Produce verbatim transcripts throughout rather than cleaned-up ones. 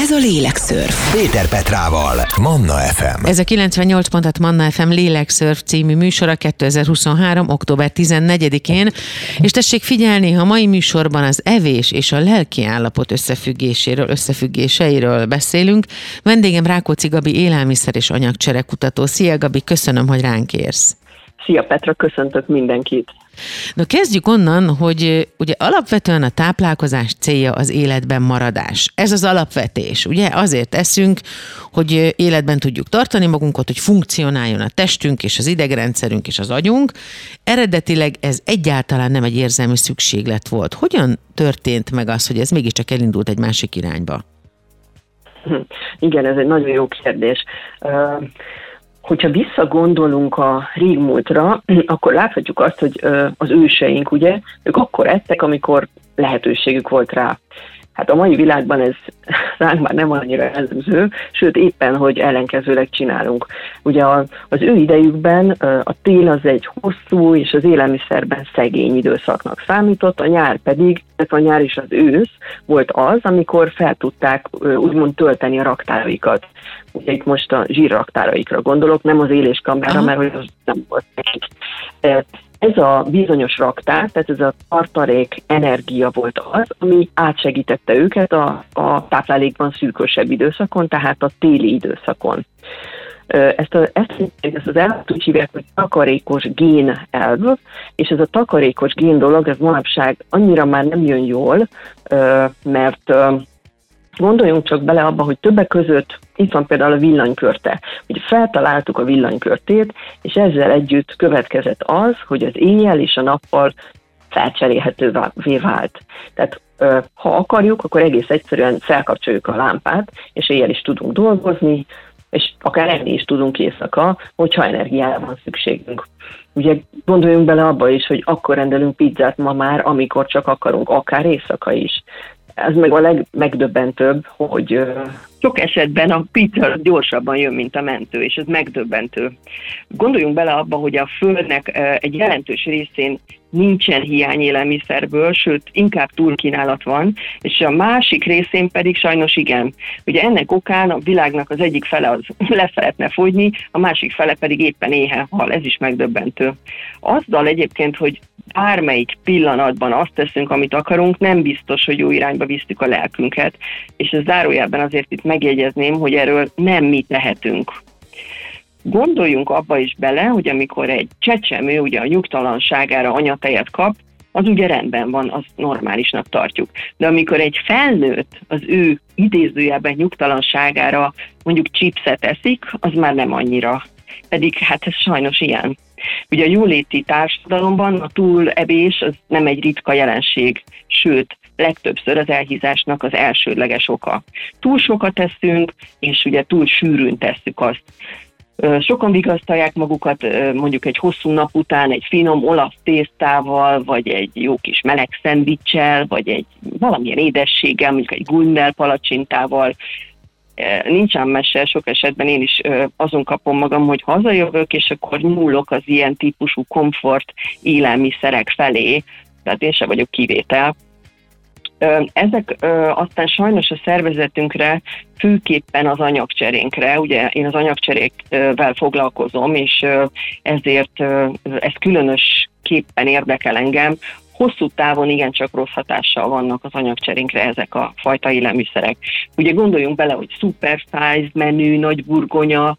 Ez a Lélekszörf. Péter Petrával, Manna ef em. Ez a kilencvennyolc pont hat Manna ef em Lélekszörf című műsora kétezer-huszonhárom. október tizennegyedikén. És tessék figyelni, ha mai műsorban az evés és a lelki állapot összefüggéséről, összefüggéseiről beszélünk. Vendégem Rákóczi Gabi, élelmiszer és anyagcsere kutató. Szia Gabi, köszönöm, hogy ránk érsz. Szia Petra, köszöntök mindenkit. Na kezdjük onnan, hogy ugye alapvetően a táplálkozás célja az életben maradás. Ez az alapvetés, ugye? Azért eszünk, hogy életben tudjuk tartani magunkat, hogy funkcionáljon a testünk és az idegrendszerünk és az agyunk. Eredetileg ez egyáltalán nem egy érzelmi szükséglet volt. Hogyan történt meg az, hogy ez mégiscsak elindult egy másik irányba? Igen, ez egy nagyon jó kérdés. Uh... Hogyha visszagondolunk a régmúltra, akkor láthatjuk azt, hogy az őseink, ugye, ők akkor ettek, amikor lehetőségük volt rá. Hát a mai világban ez ránk már nem annyira jellemző, sőt éppen, hogy ellenkezőleg csinálunk. Ugye az ő idejükben a tél az egy hosszú és az élelmiszerben szegény időszaknak számított, a nyár pedig, ez a nyár és az ősz volt az, amikor fel tudták úgymond tölteni a raktáraikat. Ugye itt most a zsírraktáraikra gondolok, nem az éléskamrára, mert hogy az nem volt nekik. Ez a bizonyos raktár, tehát ez a tartalék energia volt az, ami átsegítette őket a, a táplálékban szűkösebb időszakon, tehát a téli időszakon. Ezt, a, ezt, ezt az elvet úgy hívják, hogy takarékos gén elv, és ez a takarékos gén dolog, ez manapság annyira már nem jön jól, mert gondoljunk csak bele abba, hogy többek között itt van például a villanykörte. Ugye feltaláltuk a villanykörtét, és ezzel együtt következett az, hogy az éjjel és a nappal felcserélhetővé vált. Tehát ha akarjuk, akkor egész egyszerűen felkapcsoljuk a lámpát, és éjjel is tudunk dolgozni, és akár enni is tudunk éjszaka, hogyha energiára van szükségünk. Ugye gondoljunk bele abba is, hogy akkor rendelünk pizzát ma már, amikor csak akarunk, akár éjszaka is. Ez meg a legmegdöbbentőbb, hogy sok esetben a pizza gyorsabban jön, mint a mentő, és ez megdöbbentő. Gondoljunk bele abba, hogy a Földnek egy jelentős részén nincsen hiány élelmiszerből, sőt, inkább túlkínálat van, és a másik részén pedig sajnos igen. Ugye ennek okán a világnak az egyik fele az le szeretne fogyni, a másik fele pedig éppen éhen hal, ez is megdöbbentő. Azzal egyébként, hogy bármelyik pillanatban azt teszünk, amit akarunk, nem biztos, hogy jó irányba visszük a lelkünket, és ez zárójelben azért itt megjegyezném, hogy erről nem mi tehetünk. Gondoljunk abba is bele, hogy amikor egy csecsemő ugye a nyugtalanságára anyatejet kap, az ugye rendben van, az normálisnak tartjuk. De amikor egy felnőtt az ő idézőjelben nyugtalanságára mondjuk chipset eszik, az már nem annyira. Pedig hát ez sajnos ilyen. Ugye a jóléti társadalomban a túlevés az nem egy ritka jelenség, sőt, legtöbbször az elhízásnak az elsődleges oka. Túl sokat teszünk, és ugye túl sűrűn tesszük azt. Sokan vigasztalják magukat mondjuk egy hosszú nap után egy finom olasz tésztával, vagy egy jó kis meleg szendvicsel, vagy egy valamilyen édességgel, mondjuk egy gundel palacsintával. Nincsen mese, sok esetben én is azon kapom magam, hogy hazajövök, és akkor nyúlok az ilyen típusú komfort élelmiszerek felé, tehát én sem vagyok kivétel. Ezek aztán sajnos a szervezetünkre, főképpen az anyagcserénkre, ugye én az anyagcserékvel foglalkozom, és ezért ez különösképpen érdekel engem. Hosszú távon igencsak rossz hatással vannak az anyagcserénkre ezek a fajta élelmiszerek. Ugye gondoljunk bele, hogy supersize menü, nagy burgonya,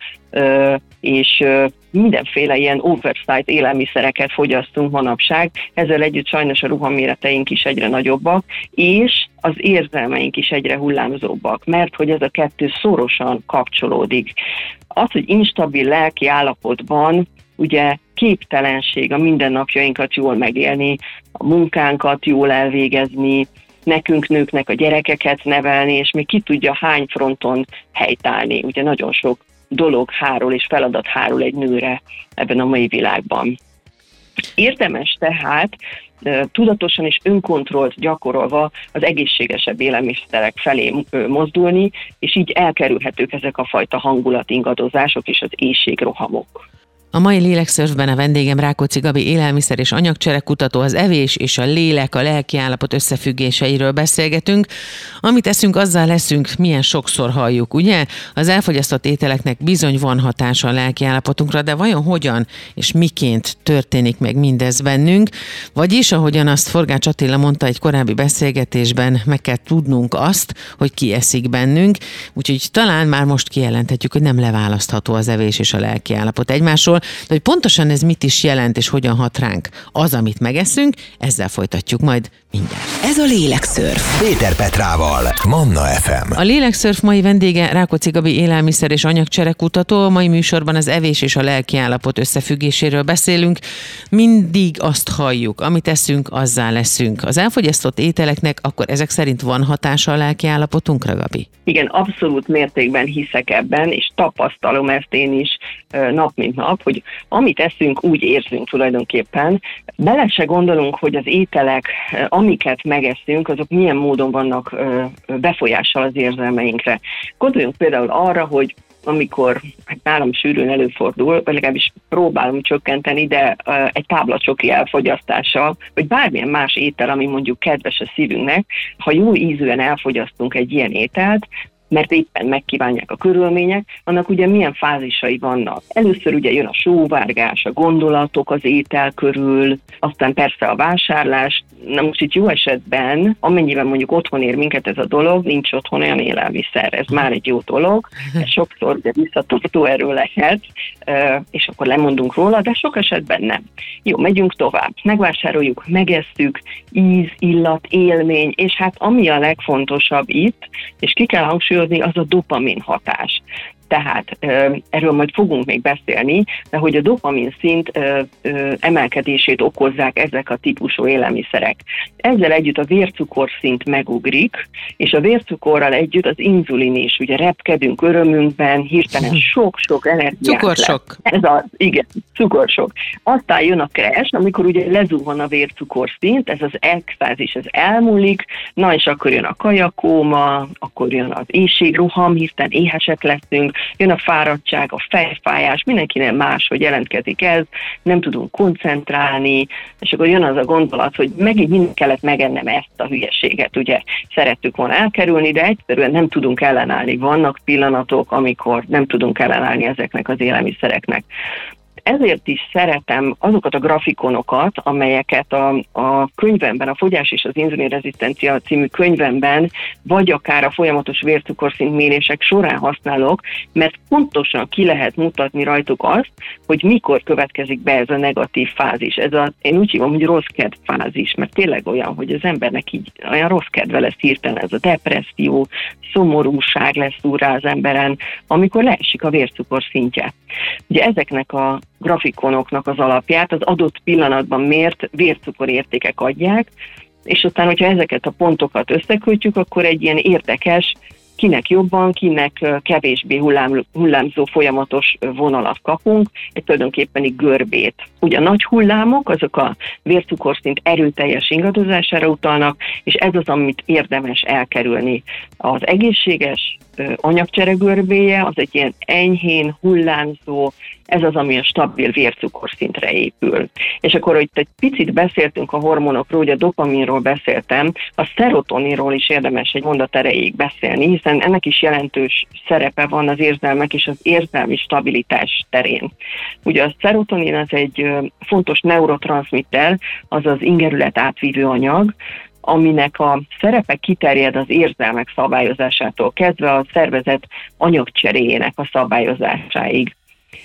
és mindenféle ilyen oversize élelmiszereket fogyasztunk manapság, ezzel együtt sajnos a ruhaméreteink is egyre nagyobbak, és az érzelmeink is egyre hullámzóbbak, mert hogy ez a kettő szorosan kapcsolódik. Az, hogy instabil lelki állapotban ugye képtelenség a mindennapjainkat jól megélni, a munkánkat jól elvégezni, nekünk nőknek a gyerekeket nevelni, és még ki tudja hány fronton helytállni. Ugye nagyon sok dolog hárul és feladat hárul egy nőre ebben a mai világban. Érdemes tehát tudatosan és önkontrollt gyakorolva az egészségesebb élelmiszerek felé mozdulni, és így elkerülhetők ezek a fajta hangulatingadozások és az éhségrohamok. A mai Lélekszörfben a vendégem Rákóczi Gabi élelmiszer és anyagcsere kutató, az evés és a lélek, a lelki állapot összefüggéseiről beszélgetünk. Amit eszünk, azzal leszünk, milyen sokszor halljuk, ugye? Az elfogyasztott ételeknek bizony van hatása a lelki állapotunkra, de vajon hogyan és miként történik meg mindez bennünk? Vagyis, ahogyan azt Forgács Attila mondta egy korábbi beszélgetésben, meg kell tudnunk azt, hogy ki eszik bennünk, úgyhogy talán már most kijelenthetjük, hogy nem leválasztható az evés és a lelki állapot egymásról. De hogy pontosan ez mit is jelent, és hogyan hat ránk az, amit megeszünk, ezzel folytatjuk majd mindjárt. Ez a Lélekszörf. Péter Petrával, Manna ef em. A Lélekszörf mai vendége Rákóczi Gabi élelmiszer és anyagcsere kutató. A mai műsorban az evés és a lelki állapot összefüggéséről beszélünk. Mindig azt halljuk, amit eszünk, azzá leszünk. Az elfogyasztott ételeknek akkor ezek szerint van hatása a lelki állapotunkra, Gabi? Igen, abszolút mértékben hiszek ebben, és tapasztalom ezt én is nap mint nap, hogy amit eszünk, úgy érzünk tulajdonképpen. Bele se gondolunk, hogy az ételek, amiket megeszünk, azok milyen módon vannak befolyással az érzelmeinkre. Gondoljunk például arra, hogy amikor hát nálam sűrűn előfordul, vagy legalábbis próbálom csökkenteni, de uh, egy tábla csoki elfogyasztása, vagy bármilyen más étel, ami mondjuk kedves a szívünknek, ha jó ízűen elfogyasztunk egy ilyen ételt, mert éppen megkívánják a körülmények, annak ugye milyen fázisai vannak. Először ugye jön a sóvárgás, a gondolatok az étel körül, aztán persze a vásárlás. Na most itt jó esetben, amennyiben mondjuk otthon ér minket ez a dolog, nincs otthon olyan élelmiszer, ez már egy jó dolog, ez sokszor ugye visszatartó erő lehet, és akkor lemondunk róla, de sok esetben nem. Jó, megyünk tovább, megvásároljuk, megesszük, íz, illat, élmény, és hát ami a legfontosabb itt, és ki kell hangsúlyozni, az a dopamin hatás. Tehát erről majd fogunk még beszélni, de hogy a dopamin szint ö, ö, emelkedését okozzák ezek a típusú élelmiszerek. Ezzel együtt a vércukorszint megugrik, és a vércukorral együtt az inzulin is, ugye repkedünk örömünkben, hirtelen sok-sok energiát. Cukorsok. Ez az, igen, cukorsok. Aztán jön a crash, amikor ugye lezuhan a vércukorszint, ez az extázis, ez elmúlik, na és akkor jön a kajakóma, akkor jön az éhségroham, hirtelen éhesek leszünk, jön a fáradtság, a fejfájás, mindenkinek más, hogy jelentkezik ez, nem tudunk koncentrálni, és akkor jön az a gondolat, hogy megint mind kellett megennem ezt a hülyeséget, ugye szerettük volna elkerülni, de egyszerűen nem tudunk ellenállni. Vannak pillanatok, amikor nem tudunk ellenállni ezeknek az élelmiszereknek. Ezért is szeretem azokat a grafikonokat, amelyeket a, a könyvemben, a Fogyás és az inzulinrezisztencia című könyvemben, vagy akár a folyamatos vércukorszintmérések során használok, mert pontosan ki lehet mutatni rajtuk azt, hogy mikor következik be ez a negatív fázis. Ez a, én úgy hívom, hogy rossz kedv fázis, mert tényleg olyan, hogy az embernek így olyan rossz kedve lesz hirtelen, ez a depresszió, szomorúság lesz úrrá az emberen, amikor leesik a vércukor szintje. Ugye ezeknek a grafikonoknak az alapját az adott pillanatban mért vércukorértékek adják, és aztán, hogyha ezeket a pontokat összekötjük, akkor egy ilyen érdekes, kinek jobban, kinek kevésbé hullám, hullámzó folyamatos vonalat kapunk, egy tulajdonképpen egy görbét. Ugye a nagy hullámok, azok a vércukorszint erőteljes ingadozására utalnak, és ez az, amit érdemes elkerülni. Az egészséges anyagcsere görbéje, az egy ilyen enyhén hullámzó, ez az, ami a stabil vércukorszintre épül. És akkor, hogy egy picit beszéltünk a hormonokról, ugye a dopaminról beszéltem, a szerotoninról is érdemes egy mondat erejéig beszélni, hiszen ennek is jelentős szerepe van az érzelmek és az érzelmi stabilitás terén. Ugye a szerotonin az egy fontos neurotranszmitter, azaz ingerület átvívő anyag, aminek a szerepe kiterjed az érzelmek szabályozásától kezdve a szervezet anyagcseréjének a szabályozásáig.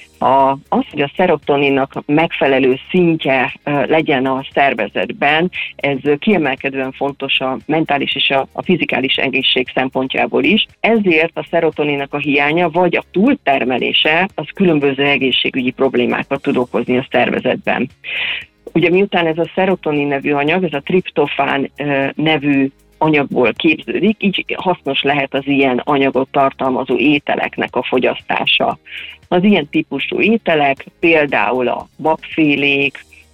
A, az, hogy a szerotoninnak megfelelő szintje legyen a szervezetben, ez kiemelkedően fontos a mentális és a, a fizikális egészség szempontjából is. Ezért a szerotoninnak a hiánya vagy a túltermelése az különböző egészségügyi problémákat tud okozni a szervezetben. Ugye miután ez a szerotonin nevű anyag, ez a triptofán nevű anyagból képződik, így hasznos lehet az ilyen anyagot tartalmazó ételeknek a fogyasztása. Az ilyen típusú ételek például a babfélék,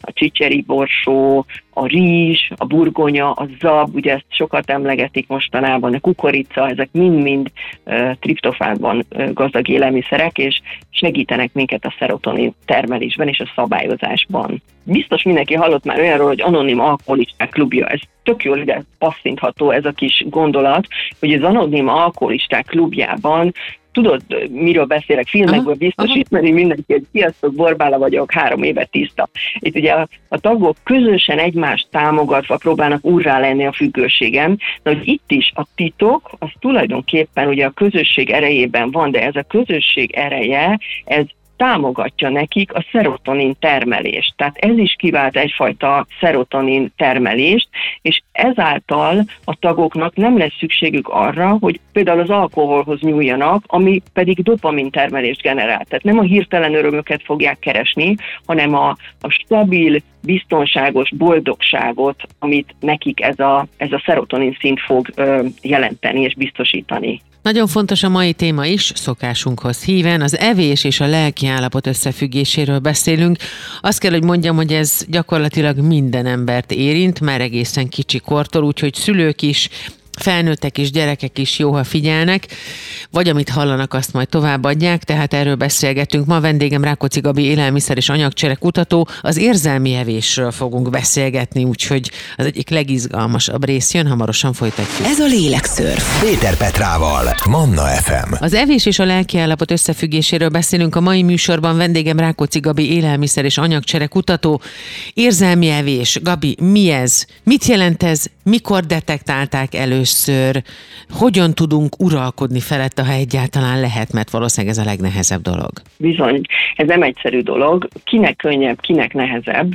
a csicseri borsó, a rizs, a burgonya, a zab, ugye ezt sokat emlegetik mostanában, a kukorica, ezek mind-mind uh, triptofánban uh, gazdag élelmiszerek, és segítenek minket a szerotonin termelésben és a szabályozásban. Biztos mindenki hallott már olyanról, hogy anonim alkoholisták klubja, ez tök jól ide passzintható ez a kis gondolat, hogy az anonim alkoholisták klubjában, tudod, miről beszélek, filmekből biztos ismeri mindenki, hogy sziasztok, Borbála vagyok, három éve tiszta. Itt ugye a, a tagok közösen egymást támogatva próbálnak úrrá lenni a függőségem, de hogy itt is a titok, az tulajdonképpen ugye a közösség erejében van, de ez a közösség ereje, ez támogatja nekik a szerotonin termelést. Tehát ez is kivált egyfajta szerotonin termelést, és ezáltal a tagoknak nem lesz szükségük arra, hogy például az alkoholhoz nyúljanak, ami pedig dopamin termelést generál. Tehát nem a hirtelen örömöket fogják keresni, hanem a, a stabil, biztonságos boldogságot, amit nekik ez a, ez a szerotonin szint fog ö, jelenteni és biztosítani. Nagyon fontos a mai téma is, szokásunkhoz híven, az evés és a lelki állapot összefüggéséről beszélünk. Azt kell, hogy mondjam, hogy ez gyakorlatilag minden embert érint, már egészen kicsi kortól, úgyhogy szülők is, felnőttek is, gyerekek is jó, ha figyelnek, vagy amit hallanak, azt majd továbbadják, tehát erről beszélgetünk. Ma vendégem Rákóczi Gabi, élelmiszer és anyagcsere kutató, az érzelmi evésről fogunk beszélgetni, úgyhogy az egyik legizgalmasabb rész jön, hamarosan folytatjuk. Ez a Lélekszörf. Péter Petrával, Manna ef em. Az evés és a lelki állapot összefüggéséről beszélünk a mai műsorban, vendégem Rákóczi Gabi, élelmiszer és anyagcsere kutató. Érzelmi evés. Gabi, mi ez? Mit jelent ez? Mikor detektálták elő? Először, hogyan tudunk uralkodni felette, ha egyáltalán lehet, mert valószínűleg ez a legnehezebb dolog. Bizony, ez nem egyszerű dolog, kinek könnyebb, kinek nehezebb,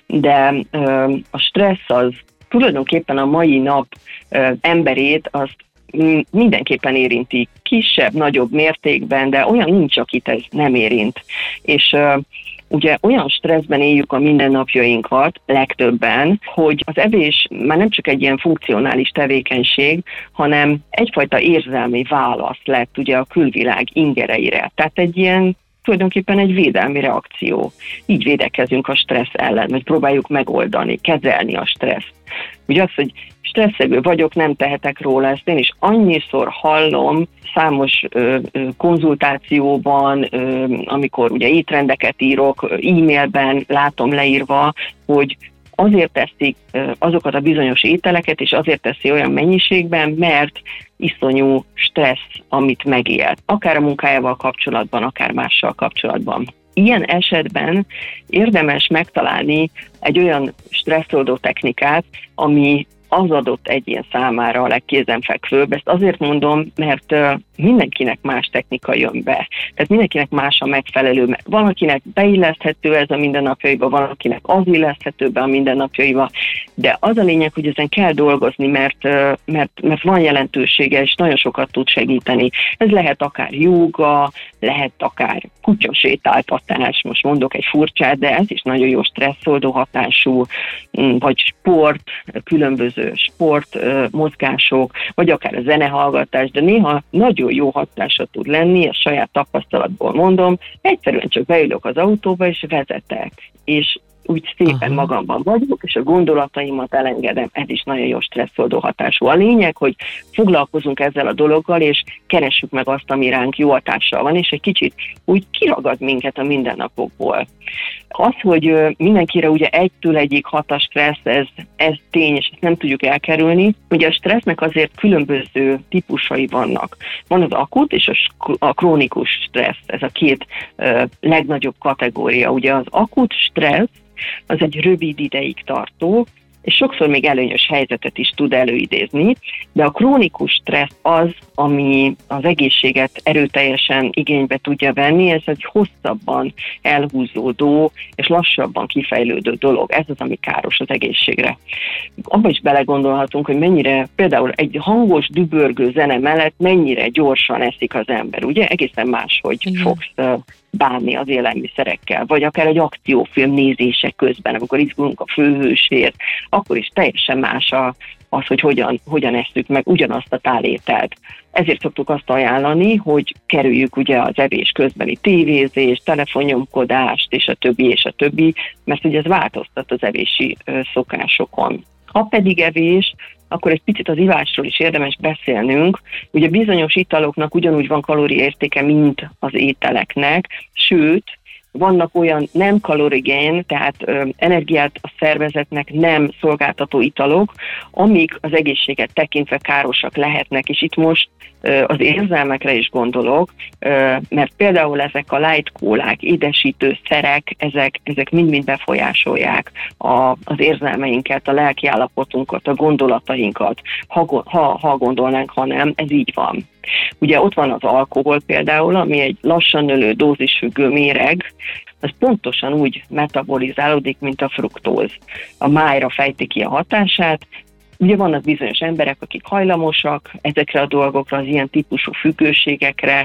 de ö, a stressz az tulajdonképpen a mai nap ö, emberét azt mindenképpen érinti, kisebb, nagyobb mértékben, de olyan nincs, akit ez nem érint. És ö, ugye olyan stresszben éljük a mindennapjainkat legtöbben, hogy az evés már nem csak egy ilyen funkcionális tevékenység, hanem egyfajta érzelmi válasz lett ugye a külvilág ingereire. Tehát egy ilyen tulajdonképpen egy védelmi reakció. Így védekezünk a stressz ellen, vagy próbáljuk megoldani, kezelni a stresszt. Ugye az, hogy stresszegő vagyok, nem tehetek róla, ezt én is annyiszor hallom számos ö, ö, konzultációban, ö, amikor ugye étrendeket írok, e-mailben látom leírva, hogy azért teszik ö, azokat a bizonyos ételeket, és azért teszi olyan mennyiségben, mert iszonyú stressz, amit megélt. Akár a munkájával kapcsolatban, akár mással kapcsolatban. Ilyen esetben érdemes megtalálni egy olyan stresszoldó technikát, ami az adott egyén számára a legkézenfekvőbb. Ezt azért mondom, mert mindenkinek más technika jön be. Tehát mindenkinek más a megfelelő. Valakinek beilleszthető ez a mindennapjaiba, valakinek az illeszthető be a mindennapjaiba, de az a lényeg, hogy ezen kell dolgozni, mert, mert, mert van jelentősége, és nagyon sokat tud segíteni. Ez lehet akár jóga, lehet akár kutyasétáltatás, most mondok egy furcsát, de ez is nagyon jó stresszoldó hatású, vagy sport, különböző sport, mozgások, vagy akár a zenehallgatás, de néha nagyon jó hatása tud lenni, a saját tapasztalatból mondom, egyszerűen csak beülök az autóba, és vezetek, és úgy szépen Aha. magamban vagyok, és a gondolataimat elengedem, ez is nagyon jó stresszoldó hatású. A lényeg, hogy foglalkozunk ezzel a dologgal, és keressük meg azt, ami ránk jó hatással van, és egy kicsit úgy kiragad minket a mindennapokból. Az, hogy mindenkire ugye egytől egyig hat a stressz, ez, ez tény, és ezt nem tudjuk elkerülni. Ugye a stressznek azért különböző típusai vannak. Van az akut és a, a krónikus stressz, ez a két uh, legnagyobb kategória. Ugye az akut stressz az egy rövid ideig tartó, és sokszor még előnyös helyzetet is tud előidézni, de a krónikus stressz az, ami az egészséget erőteljesen igénybe tudja venni, ez egy hosszabban elhúzódó és lassabban kifejlődő dolog. Ez az, ami káros az egészségre. Abba is belegondolhatunk, hogy mennyire például egy hangos, dübörgő zene mellett mennyire gyorsan eszik az ember, ugye? Egészen máshogy Igen. fogsz bánni az élelmiszerekkel, vagy akár egy akciófilm nézése közben, amikor izgulunk a főhősért, akkor is teljesen más a, az, hogy hogyan, hogyan esszük meg ugyanazt a tálételt. Ezért szoktuk azt ajánlani, hogy kerüljük ugye az evés közbeni tévézést, telefonnyomkodást, és a többi, és a többi, mert ugye ez változtat az evési szokásokon. Ha pedig evés, akkor egy picit az ivásról is érdemes beszélnünk. Ugye bizonyos italoknak ugyanúgy van kalóriaértéke, mint az ételeknek, sőt, vannak olyan nem kalorigén, tehát ö, energiát a szervezetnek nem szolgáltató italok, amik az egészséget tekintve károsak lehetnek, és itt most ö, az érzelmekre is gondolok, ö, mert például ezek a light kólák, édesítő szerek, ezek, ezek mind-mind befolyásolják a, az érzelmeinket, a lelkiállapotunkat, a gondolatainkat, ha, ha, ha gondolnánk, ha nem, ez így van. Ugye ott van az alkohol például, ami egy lassan nőtt dózisfüggő méreg, az pontosan úgy metabolizálódik, mint a fruktóz. A májra fejti ki a hatását. Ugye vannak bizonyos emberek, akik hajlamosak ezekre a dolgokra, az ilyen típusú függőségekre,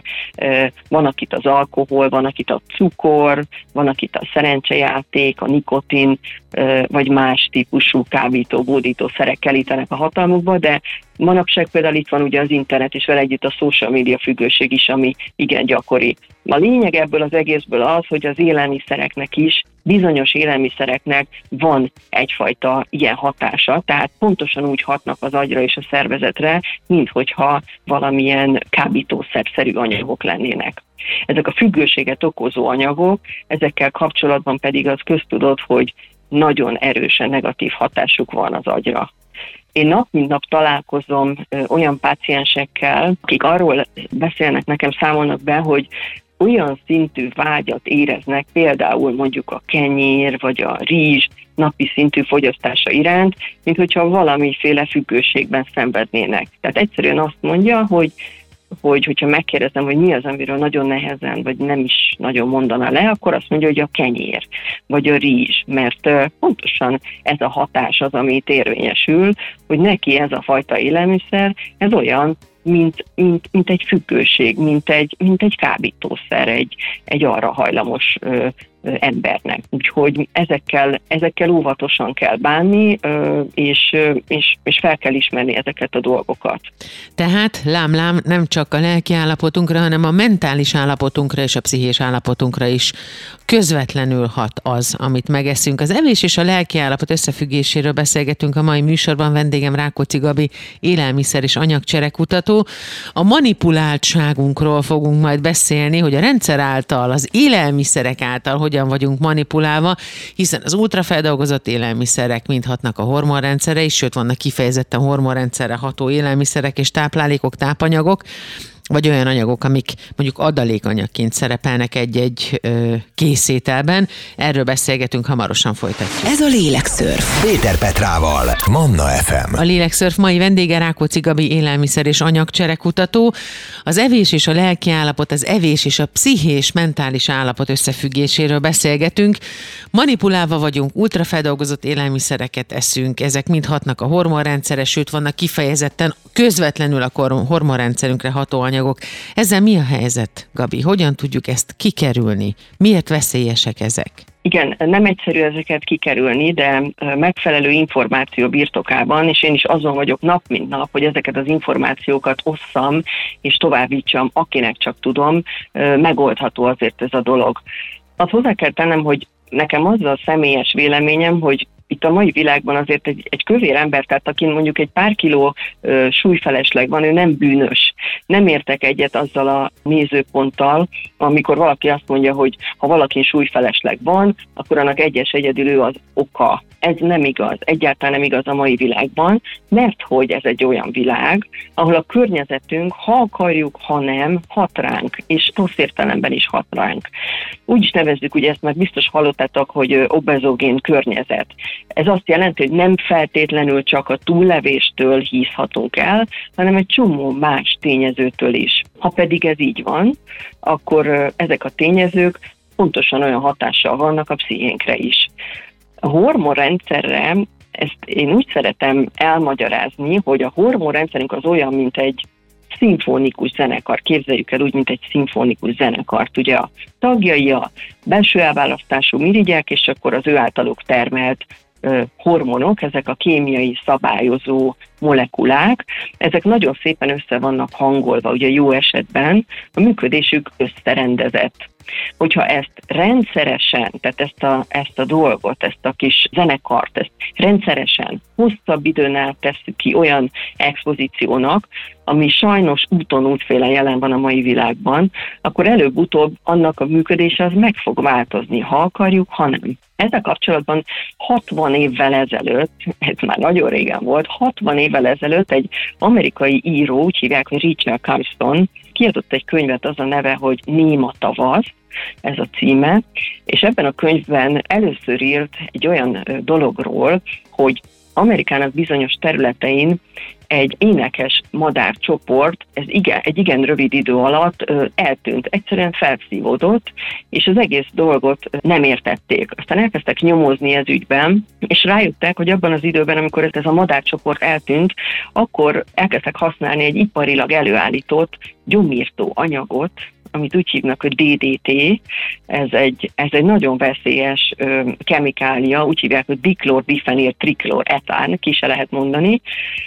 van akit az alkohol, van akit a cukor, van akit a szerencsejáték, a nikotin, vagy más típusú kábító, bódítószerek kelítenek a hatalmukba, de manapság például itt van ugye az internet, és vele együtt a social media függőség is, ami igen gyakori. A lényeg ebből az egészből az, hogy az élelmiszereknek is, bizonyos élelmiszereknek van egyfajta ilyen hatása, tehát pontosan úgy hatnak az agyra és a szervezetre, mint hogyha valamilyen kábítószerszerű anyagok lennének. Ezek a függőséget okozó anyagok, ezekkel kapcsolatban pedig az köztudott, hogy nagyon erősen negatív hatásuk van az agyra. Én nap mint nap találkozom ö, olyan páciensekkel, akik arról beszélnek, nekem számolnak be, hogy olyan szintű vágyat éreznek például mondjuk a kenyér vagy a rizs napi szintű fogyasztása iránt, mint hogyha valamiféle függőségben szenvednének. Tehát egyszerűen azt mondja, hogy hogy hogyha megkérdezem, hogy mi az, amiről nagyon nehezen, vagy nem is nagyon mondana le, akkor azt mondja, hogy a kenyér, vagy a rizs, mert pontosan ez a hatás az, amit érvényesül, hogy neki ez a fajta élelmiszer, ez olyan, mint, mint, mint egy függőség, mint egy, mint egy kábítószer, egy, egy arra hajlamos ö, ö, embernek. Úgyhogy ezekkel, ezekkel óvatosan kell bánni, ö, és, és, és fel kell ismerni ezeket a dolgokat. Tehát lám-lám nem csak a lelki állapotunkra, hanem a mentális állapotunkra és a pszichés állapotunkra is közvetlenül hat az, amit megeszünk. Az evés és a lelki állapot összefüggéséről beszélgetünk a mai műsorban. Vendégem Rákóczi Gabi, élelmiszer és anyagcserekutató. A manipuláltságunkról fogunk majd beszélni, hogy a rendszer által, az élelmiszerek által hogyan vagyunk manipulálva, hiszen az ultrafeldolgozott élelmiszerek mind hatnak a hormonrendszerre is, sőt vannak kifejezetten hormonrendszerre ható élelmiszerek és táplálékok, tápanyagok, vagy olyan anyagok, amik mondjuk adalékanyagként szerepelnek egy-egy ö, készételben. Erről beszélgetünk, hamarosan folytatjuk. Ez a Lélekszörf. Péter Petrával, Manna ef em. A Lélekszörf mai vendége Rákóczi Gabi, élelmiszer és anyagcserekutató. Az evés és a lelki állapot, az evés és a pszichés, mentális állapot összefüggéséről beszélgetünk. Manipulálva vagyunk, ultrafeldolgozott élelmiszereket eszünk, ezek mind hatnak a hormonrendszerre, sőt vannak kifejezetten közvetlenül a hormonrendszerünkre ható anyagok. Ezzel mi a helyzet, Gabi? Hogyan tudjuk ezt kikerülni? Miért veszélyesek ezek? Igen, nem egyszerű ezeket kikerülni, de megfelelő információ birtokában, és én is azon vagyok nap mint nap, hogy ezeket az információkat osszam, és továbbítsam, akinek csak tudom, megoldható azért ez a dolog. Azt hozzá kell tennem, hogy nekem az a személyes véleményem, hogy itt a mai világban azért egy, egy kövér ember, tehát akin mondjuk egy pár kiló ö, súlyfelesleg van, ő nem bűnös. Nem értek egyet azzal a nézőponttal, amikor valaki azt mondja, hogy ha valakin súlyfelesleg van, akkor annak egyes egyedül ő az oka. Ez nem igaz, egyáltalán nem igaz a mai világban, mert hogy ez egy olyan világ, ahol a környezetünk, ha akarjuk, ha nem, hat ránk, és rossz értelemben is hat ránk. Úgy is nevezzük, ugye ezt már biztos hallottátok, hogy obezogén környezet. Ez azt jelenti, hogy nem feltétlenül csak a túllevéstől hízhatunk el, hanem egy csomó más tényezőtől is. Ha pedig ez így van, akkor ezek a tényezők pontosan olyan hatással vannak a pszichénkre is. A hormonrendszerre, ezt én úgy szeretem elmagyarázni, hogy a hormonrendszerünk az olyan, mint egy szimfonikus zenekar. Képzeljük el úgy, mint egy szimfonikus zenekart. Ugye a tagjai a belső elválasztású mirigyek, és akkor az ő általuk termelt hormonok, ezek a kémiai szabályozó molekulák, ezek nagyon szépen össze vannak hangolva, ugye jó esetben a működésük összerendezett. Hogyha ezt rendszeresen, tehát ezt a, ezt a dolgot, ezt a kis zenekart, ezt rendszeresen, hosszabb időn át tesszük ki olyan expozíciónak, ami sajnos úton útféle jelen van a mai világban, akkor előbb-utóbb annak a működése az meg fog változni, ha akarjuk, ha nem. Ezzel kapcsolatban hatvan évvel ezelőtt, ez már nagyon régen volt, hatvan évvel ezelőtt egy amerikai író, úgy hívják, hogy Rachel Carson, kiadott egy könyvet, az a neve, hogy Néma tavasz, ez a címe, és ebben a könyvben először írt egy olyan dologról, hogy Amerikának bizonyos területein egy énekes madárcsoport, ez igen, egy igen rövid idő alatt ö, eltűnt, egyszerűen felszívódott, és az egész dolgot nem értették. Aztán elkezdtek nyomozni ez ügyben, és rájöttek, hogy abban az időben, amikor ez a madárcsoport eltűnt, akkor elkezdtek használni egy iparilag előállított gyomírtó anyagot, amit úgy hívnak, hogy dé dé té, ez egy, ez egy nagyon veszélyes ö, kemikália, úgy hívják, hogy diklor-difenyl triklor-etán, ki se lehet mondani,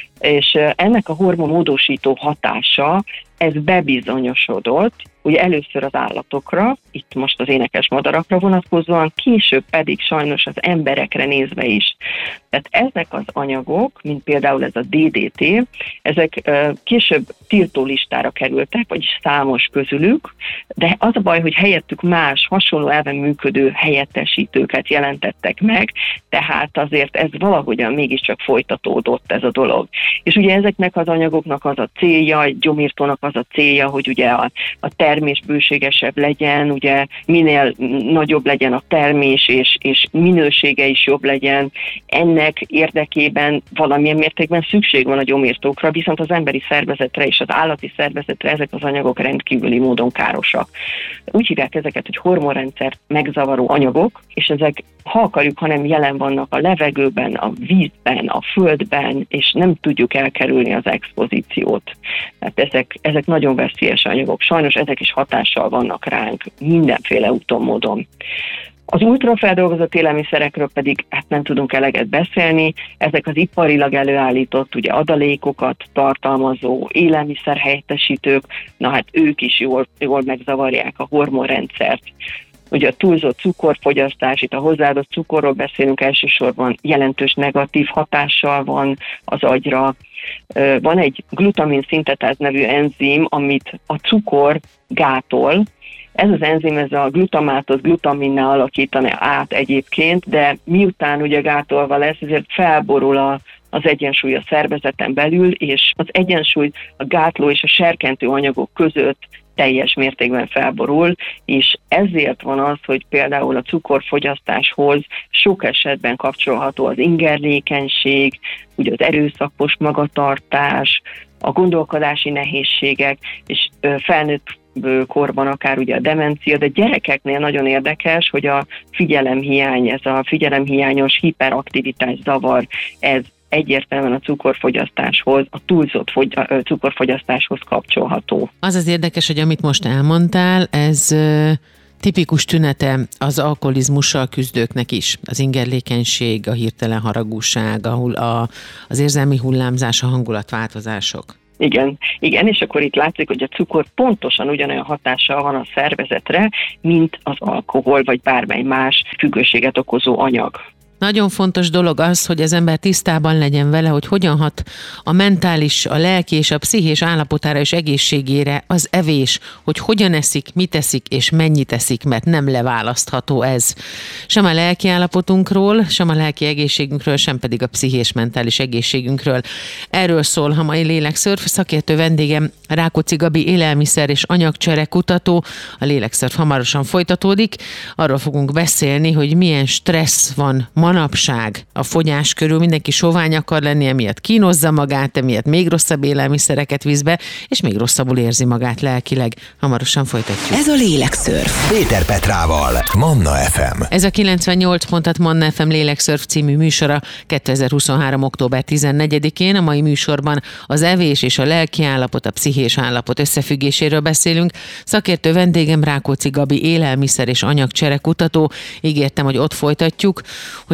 és ö, ennek a hormonmódosító hatása, ez bebizonyosodott, ugye először az állatokra, itt most az énekes madarakra vonatkozóan, később pedig sajnos az emberekre nézve is. Tehát ezek az anyagok, mint például ez a dé dé té, ezek ö, később tiltólistára kerültek, vagyis számos közülük, de az a baj, hogy helyettük más, hasonló elven működő helyettesítőket jelentettek meg, tehát azért ez valahogyan mégiscsak folytatódott ez a dolog. És ugye ezeknek az anyagoknak az a célja, egy gyomírtónak az a célja, hogy ugye a, a termés bőségesebb legyen, ugye minél nagyobb legyen a termés, és, és minősége is jobb legyen. Ennek érdekében valamilyen mértékben szükség van a gyomírtókra, viszont az emberi szervezetre és az állati szervezetre ezek az anyagok rendkívüli módon károsak. Úgy hívják ezeket, hogy hormonrendszert megzavaró anyagok, és ezek, ha akarjuk, hanem jelen vannak a levegőben, a vízben, a földben, és nem tudjuk elkerülni az expozíciót. Tehát ezek, ezek nagyon veszélyes anyagok. Sajnos ezek is hatással vannak ránk mindenféle úton, módon. Az ultrafeldolgozott élelmiszerekről pedig hát nem tudunk eleget beszélni, ezek az iparilag előállított ugye adalékokat tartalmazó élelmiszerhelyettesítők, na hát ők is jól, jól megzavarják a hormonrendszert. Ugye a túlzott cukorfogyasztás, itt a hozzáadott cukorról beszélünk elsősorban, jelentős negatív hatással van az agyra. Van egy glutamin szintetáz nevű enzim, amit a cukor gátol. Ez az enzim, ez a glutamátot glutaminnál alakítani át egyébként, de miután ugye gátolva lesz, ezért felborul a, az egyensúly a szervezeten belül, és az egyensúly a gátló és a serkentő anyagok között teljes mértékben felborul, és ezért van az, hogy például a cukorfogyasztáshoz sok esetben kapcsolható az ingerlékenység, ugye az erőszakos magatartás, a gondolkodási nehézségek, és felnőtt korban akár ugye a demencia, de gyerekeknél nagyon érdekes, hogy a figyelemhiány, ez a figyelemhiányos hiperaktivitás zavar, ez egyértelműen a cukorfogyasztáshoz, a túlzott fogy- a cukorfogyasztáshoz kapcsolható. Az az érdekes, hogy amit most elmondtál, ez tipikus tünete az alkoholizmussal küzdőknek is. Az ingerlékenység, a hirtelen haragúság, a, a, az érzelmi hullámzás, a hangulatváltozások. Igen, igen, és akkor itt látszik, hogy a cukor pontosan ugyanolyan hatással van a szervezetre, mint az alkohol, vagy bármely más függőséget okozó anyag. Nagyon fontos dolog az, hogy az ember tisztában legyen vele, hogy hogyan hat a mentális, a lelki és a pszichés állapotára és egészségére az evés, hogy hogyan eszik, mit eszik és mennyit eszik, mert nem leválasztható ez. Sem a lelki állapotunkról, sem a lelki egészségünkről, sem pedig a pszichés mentális egészségünkről. Erről szól a mai Lélekszörf. Szakértő vendégem Rákóczi Gabi élelmiszer és anyagcsere kutató. A Lélekszörf hamarosan folytatódik. Arról fogunk beszélni, hogy milyen stressz van manapság a fogyás körül, mindenki sovány akar lenni, emiatt kínozza magát, emiatt még rosszabb élelmiszereket visz be, és még rosszabbul érzi magát lelkileg. Hamarosan folytatjuk. Ez a Lélekszörf. Péter Petrával, Manna ef em. Ez a kilencvennyolc pontat Manna ef em Lélekszörf című műsora kétezer-huszonhárom. október tizennegyedikén. A mai műsorban az evés és a lelki állapot, a pszichés állapot összefüggéséről beszélünk. Szakértő vendégem Rákóczi Gabi élelmiszer és anyagcsere kutató. Ígértem, hogy ott folytatjuk, hogy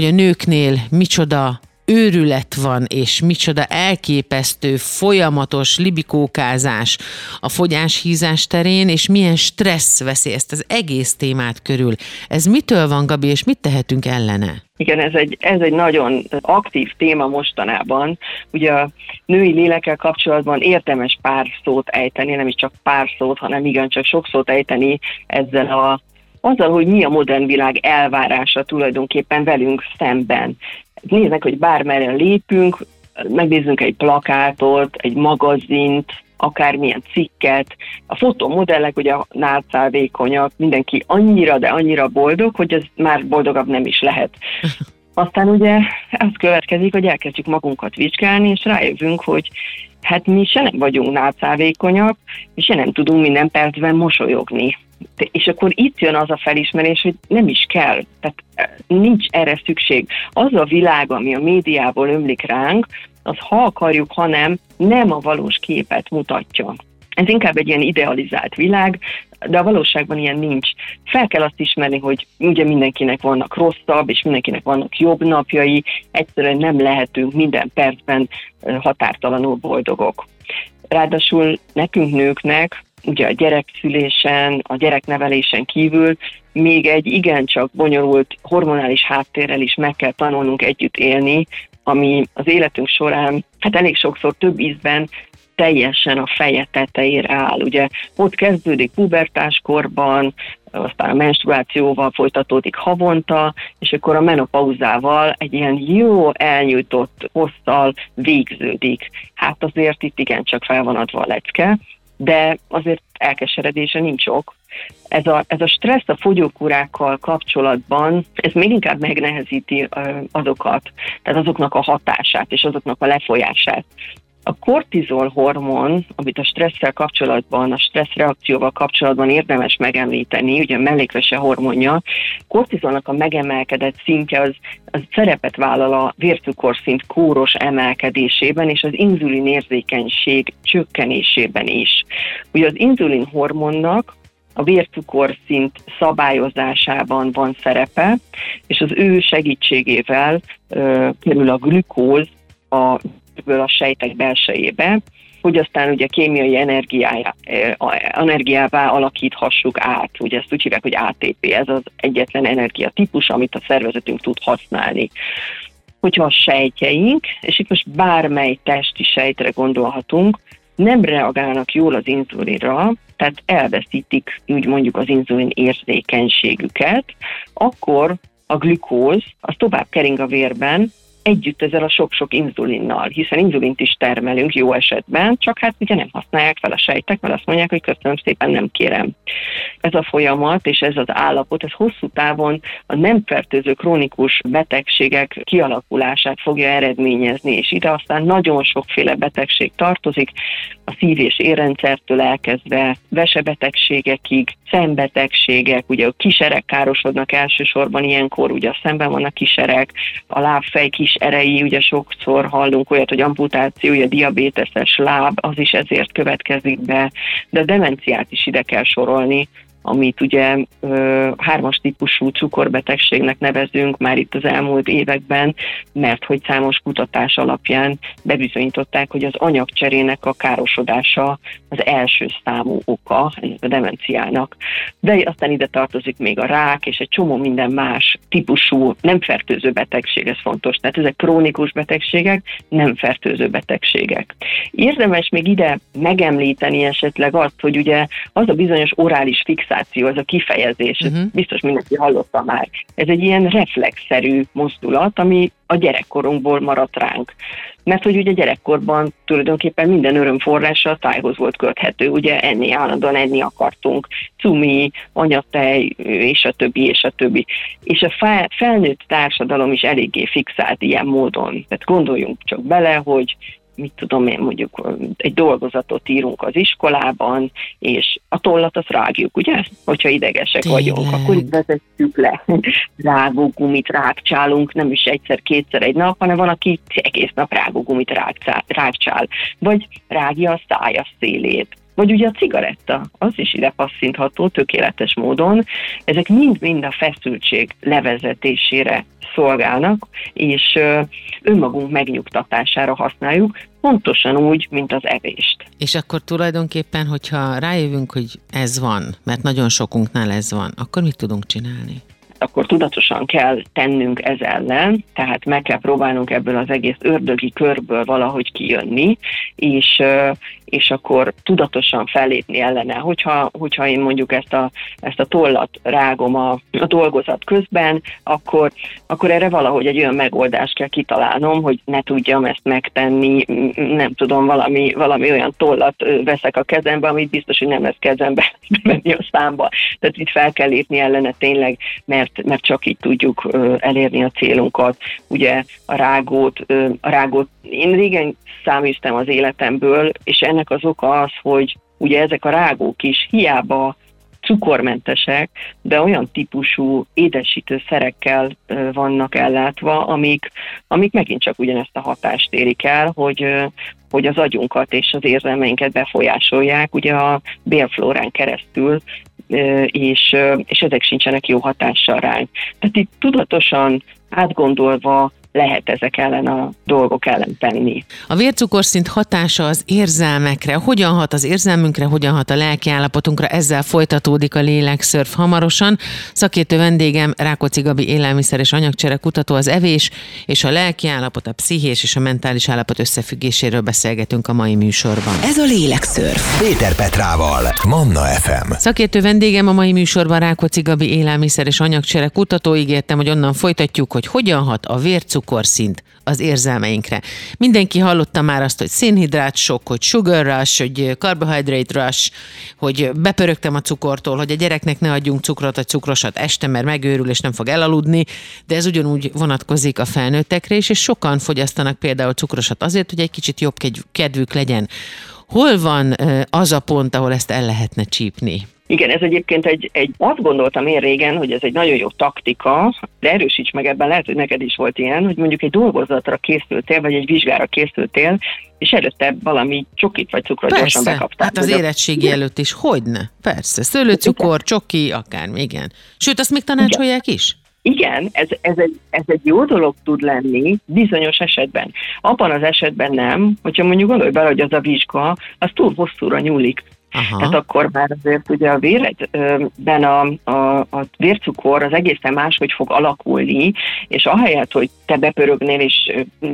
hogy a nőknél micsoda őrület van, és micsoda elképesztő, folyamatos libikókázás a fogyás-hízás terén, és milyen stressz veszi ezt az egész témát körül. Ez mitől van, Gabi, és mit tehetünk ellene? Igen, ez egy, ez egy nagyon aktív téma mostanában. Ugye a női lélekkel kapcsolatban érdemes pár szót ejteni, nem is csak pár szót, hanem igencsak sok szót ejteni ezzel a azzal, hogy mi a modern világ elvárása tulajdonképpen velünk szemben. Néznek, hogy bármerre lépünk, megnézzünk egy plakátot, egy magazint, akármilyen cikket. A fotómodellek ugye nátszálvékonyak, mindenki annyira, de annyira boldog, hogy ez már boldogabb nem is lehet. Aztán ugye az következik, hogy elkezdjük magunkat vizsgálni, és rájövünk, hogy hát mi se nem vagyunk nátszálvékonyak, és se nem tudunk minden percben mosolyogni. És akkor itt jön az a felismerés, hogy nem is kell, tehát nincs erre szükség. Az a világ, ami a médiából ömlik ránk, az ha akarjuk, ha nem, nem a valós képet mutatja. Ez inkább egy ilyen idealizált világ, de a valóságban ilyen nincs. Fel kell azt ismerni, hogy ugye mindenkinek vannak rosszabb, és mindenkinek vannak jobb napjai, egyszerűen nem lehetünk minden percben határtalanul boldogok. Ráadásul nekünk nőknek, ugye a gyerekszülésen, a gyereknevelésen kívül még egy igencsak bonyolult hormonális háttérrel is meg kell tanulnunk együtt élni, ami az életünk során hát elég sokszor több ízben teljesen a feje tetejére áll. Ugye ott kezdődik pubertáskorban, aztán a menstruációval folytatódik havonta, és akkor a menopauzával egy ilyen jó elnyújtott hosszal végződik. Hát azért itt igencsak fel van adva a lecke, de azért elkeseredése nincs ok. Ez a, ez a stressz a fogyókúrákkal kapcsolatban, ez még inkább megnehezíti azokat, tehát azoknak a hatását és azoknak a lefolyását. A kortizol hormon, amit a stresszel kapcsolatban, a stresszreakcióval kapcsolatban érdemes megemlíteni, ugye a mellékvese hormonja, kortizolnak a megemelkedett szintje az, az szerepet vállal a vércukorszint kóros emelkedésében és az inzulin érzékenység csökkenésében is. Ugye az inzulin hormonnak a vércukorszint szabályozásában van szerepe, és az ő segítségével ö, kerül a glükóz a a sejtek belsejébe, hogy aztán ugye kémiai energiájá, energiává alakíthassuk át. Ugye ezt úgy hívják, hogy á té pé, ez az egyetlen energiatípus, amit a szervezetünk tud használni. Hogyha a sejtjeink, és itt most bármely testi sejtre gondolhatunk, nem reagálnak jól az inzulinra, tehát elveszítik, úgy mondjuk az inzulin érzékenységüket, akkor a glükóz az tovább kering a vérben, együtt ezzel a sok-sok inzulinnal, hiszen inzulint is termelünk jó esetben, csak hát ugye nem használják fel a sejtek, mert azt mondják, hogy köszönöm szépen, nem kérem. Ez a folyamat és ez az állapot, ez hosszú távon a nem fertőző krónikus betegségek kialakulását fogja eredményezni, és ide aztán nagyon sokféle betegség tartozik, a szív- és érrendszertől elkezdve vesebetegségekig, szembetegségek, ugye a kiserek károsodnak elsősorban ilyenkor, ugye a szemben vannak kiserek, a lábfej kis erei, ugye sokszor hallunk olyat, hogy amputáció, ugye diabéteses láb, az is ezért következik be, de a demenciát is ide kell sorolni, amit ugye ö, hármas típusú cukorbetegségnek nevezünk már itt az elmúlt években, mert hogy számos kutatás alapján bebizonyították, hogy az anyagcserének a károsodása az első számú oka a demenciának. De aztán ide tartozik még a rák és egy csomó minden más típusú nem fertőző betegség, ez fontos. Tehát ezek krónikus betegségek, nem fertőző betegségek. Érdemes még ide megemlíteni esetleg azt, hogy ugye az a bizonyos orális fixáció, ez a kifejezés, uh-huh. biztos mindenki hallotta már. Ez egy ilyen reflexzerű mozdulat, ami a gyerekkorunkból maradt ránk. Mert hogy ugye gyerekkorban tulajdonképpen minden örömforrása a tájhoz volt köthető, ugye enni, állandóan enni akartunk, cumi, anyatej, és a többi, és a többi. És a felnőtt társadalom is eléggé fixált ilyen módon. Tehát gondoljunk csak bele, hogy mit tudom én, mondjuk egy dolgozatot írunk az iskolában, és a tollat azt rágjuk, ugye? Hogyha idegesek Tényleg. vagyunk, akkor itt vezetjük le. Rágógumit rágcsálunk, nem is egyszer-kétszer egy nap, hanem van, aki egész nap rágógumit rágcsál, rágcsál. Vagy rágja a szája szélét. vagy ugye a cigaretta, az is ide passzintható tökéletes módon. Ezek mind-mind a feszültség levezetésére szolgálnak, és önmagunk megnyugtatására használjuk, pontosan úgy, mint az evést. És akkor tulajdonképpen, hogyha rájövünk, hogy ez van, mert nagyon sokunknál ez van, akkor mit tudunk csinálni? Akkor tudatosan kell tennünk ez ellen, tehát meg kell próbálnunk ebből az egész ördögi körből valahogy kijönni, és, és akkor tudatosan fellépni ellene. Hogyha, hogyha én mondjuk ezt a, ezt a tollat rágom a, a dolgozat közben, akkor, akkor erre valahogy egy olyan megoldást kell kitalálnom, hogy ne tudjam ezt megtenni, nem tudom, valami, valami olyan tollat veszek a kezembe, amit biztos, hogy nem lesz kezembe menni a számba. Tehát itt fel kell lépni ellene tényleg, mert mert csak így tudjuk ö, elérni a célunkat. Ugye a rágót, ö, a rágót én régen száműztem az életemből, és ennek az oka az, hogy ugye ezek a rágók is hiába cukormentesek, de olyan típusú édesítő szerekkel ö, vannak ellátva, amik, amik megint csak ugyanezt a hatást érik el, hogy, ö, hogy az agyunkat és az érzelmeinket befolyásolják, ugye a bélflórán keresztül, és, és ezek sincsenek jó hatással ránk. Tehát itt tudatosan, átgondolva lehet ezek ellen a dolgok ellen tenni. A vércukorszint hatása az érzelmekre, hogyan hat az érzelmünkre, hogyan hat a lelkiállapotunkra, ezzel folytatódik a lélekszörf hamarosan. Szakértő vendégem Rákóczi Gabi élelmiszer és anyagcsere kutató, az evés és a lelkiállapot, a pszichés és a mentális állapot összefüggéséről beszélgetünk a mai műsorban. Ez a lélekszörf Péter Petrával, Manna ef em. Szakértő vendégem a mai műsorban Rákóczi Gabi élelmiszer és anyagcsere kutató, ígértem, hogy onnan folytatjuk, hogy hogyan hat a vércukor cukorszint az érzelmeinkre. Mindenki hallotta már azt, hogy szénhidrát sok, hogy sugar rush, hogy carbohydrate rush, hogy bepörögtem a cukortól, hogy a gyereknek ne adjunk cukrot vagy cukrosat este, mert megőrül és nem fog elaludni, de ez ugyanúgy vonatkozik a felnőttekre is, és sokan fogyasztanak például cukrosat azért, hogy egy kicsit jobb kedvük legyen. Hol van az a pont, ahol ezt el lehetne csípni? Igen, ez egyébként egy, egy, azt gondoltam én régen, hogy ez egy nagyon jó taktika, de erősíts meg ebben, lehet, hogy neked is volt ilyen, hogy mondjuk egy dolgozatra készültél, vagy egy vizsgára készültél, és előtte valami csokit vagy cukrot gyorsan bekaptál. Hát az érettségi előtt is, hogyne? Persze, szőlőcukor, csoki, akármi, igen. Sőt, azt még tanácsolják is? Igen, ez, ez, egy, ez egy jó dolog tud lenni bizonyos esetben. Abban az esetben nem, hogyha mondjuk gondolj bele, hogy az a vizsga, az túl hosszúra nyúlik. Aha. Tehát akkor már azért ugye a véredben a, a, a vércukor az egészen máshogy fog alakulni, és ahelyett, hogy te bepörögnél és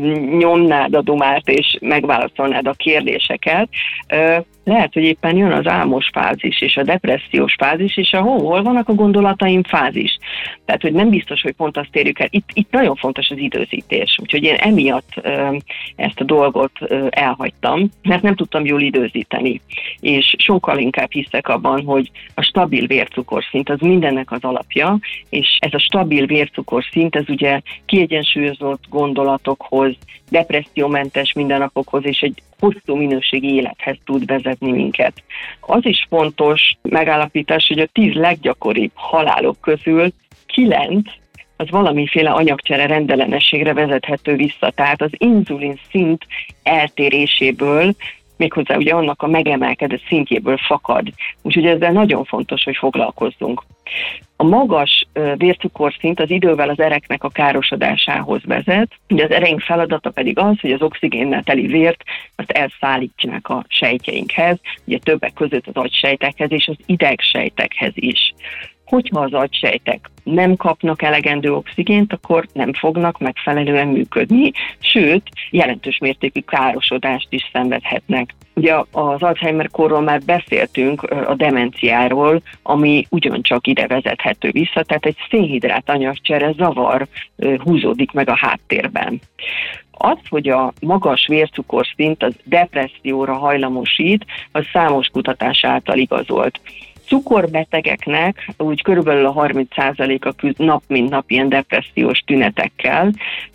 nyomnád a dumát és megválaszolnád a kérdéseket, lehet, hogy éppen jön az álmos fázis és a depressziós fázis, és a hol, hol vannak a gondolataim fázis. Tehát, hogy nem biztos, hogy pont azt érjük el. Itt, itt nagyon fontos az időzítés. Úgyhogy én emiatt ö, ezt a dolgot ö, elhagytam, mert nem tudtam jól időzíteni. És sokkal inkább hiszek abban, hogy a stabil vércukorszint az mindennek az alapja, és ez a stabil vércukorszint, ez ugye kiegyensúlyozott gondolatokhoz, depressziómentes mindennapokhoz és egy hosszú minőségi élethez tud vezetni minket. Az is fontos megállapítás, hogy a tíz leggyakoribb halálok közül kilenc az valamiféle anyagcsere rendellenességre vezethető vissza. Tehát az inzulin szint eltéréséből, méghozzá ugye annak a megemelkedett szintjéből fakad. Úgyhogy ezzel nagyon fontos, hogy foglalkozzunk. A magas vércukorszint az idővel az ereknek a károsodásához vezet, ugye az ereink feladata pedig az, hogy az oxigénnel teli vért azt elszállítsák a sejtjeinkhez, ugye többek között az agysejtekhez és az idegsejtekhez is. Hogyha az agysejtek nem kapnak elegendő oxigént, akkor nem fognak megfelelően működni, sőt, jelentős mértékű károsodást is szenvedhetnek. Ugye az Alzheimer-korról már beszéltünk, a demenciáról, ami ugyancsak ide vezethető vissza, tehát egy szénhidrát anyagcsere zavar húzódik meg a háttérben. Az, hogy a magas vércukorszint az depresszióra hajlamosít, az számos kutatás által igazolt. Cukorbetegeknek úgy körülbelül a harminc százaléka küzd nap mint nap ilyen depressziós tünetekkel,